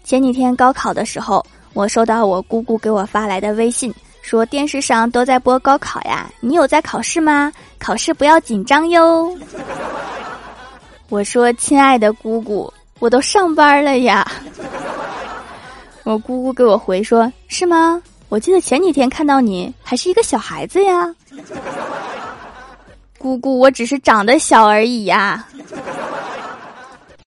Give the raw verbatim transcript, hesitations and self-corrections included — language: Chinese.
前几天高考的时候，我收到我姑姑给我发来的微信，说电视上都在播高考呀，你有在考试吗？考试不要紧张哟。我说亲爱的姑姑，我都上班了呀。我姑姑给我回说，是吗？我记得前几天看到你还是一个小孩子呀。姑姑，我只是长得小而已呀。